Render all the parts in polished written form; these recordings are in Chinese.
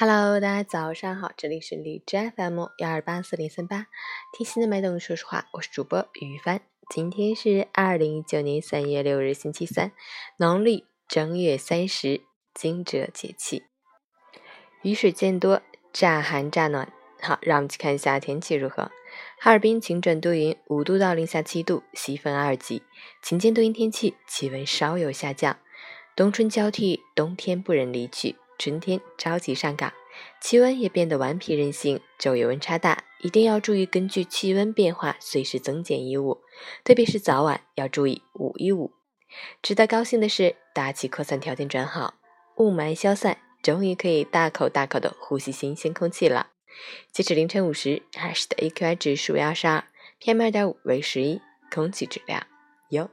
Hello， 大家早上好，这里是荔枝 FM1284038，听心的脉动说实话，我是主播于帆。今天是2019年3月6日星期三，农历正月30，惊蛰节气，雨水渐多，乍寒乍暖。好，让我们去看一下天气如何。哈尔滨晴转多云，5度到零下7度，西风2级，晴间多云天气，气温稍有下降。冬春交替，冬天不忍离去，春天着急上岗，气温也变得顽皮任性，昼夜温差大，一定要注意根据气温变化随时增减衣物，特别是早晚要注意捂一捂。值得高兴的是，大气扩散条件转好，雾霾消散，终于可以大口大口的呼吸新鲜空气了。截止凌晨5时，海市的 AQI 指数为22 ，PM2.5 为11，空气质量优。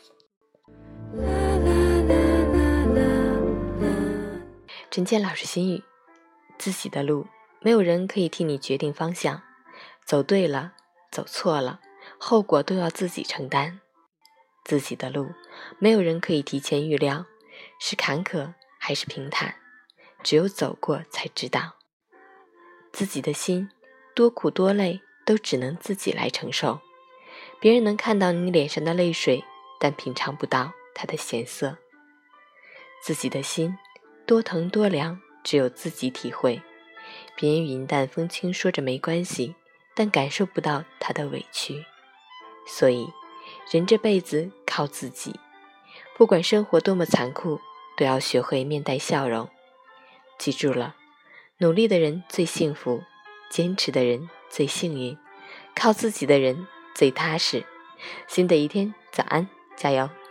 陈建老师心语：自己的路，没有人可以替你决定方向，走对了，走错了，后果都要自己承担。自己的路，没有人可以提前预料，是坎坷还是平坦，只有走过才知道。自己的心，多苦多累都只能自己来承受。别人能看到你脸上的泪水，但品尝不到它的咸涩。自己的心，多疼多凉只有自己体会。别人云淡风轻说着没关系，但感受不到它的委屈。所以人这辈子靠自己，不管生活多么残酷，都要学会面带笑容。记住了，努力的人最幸福，坚持的人最幸运，靠自己的人最踏实。新的一天，早安，加油！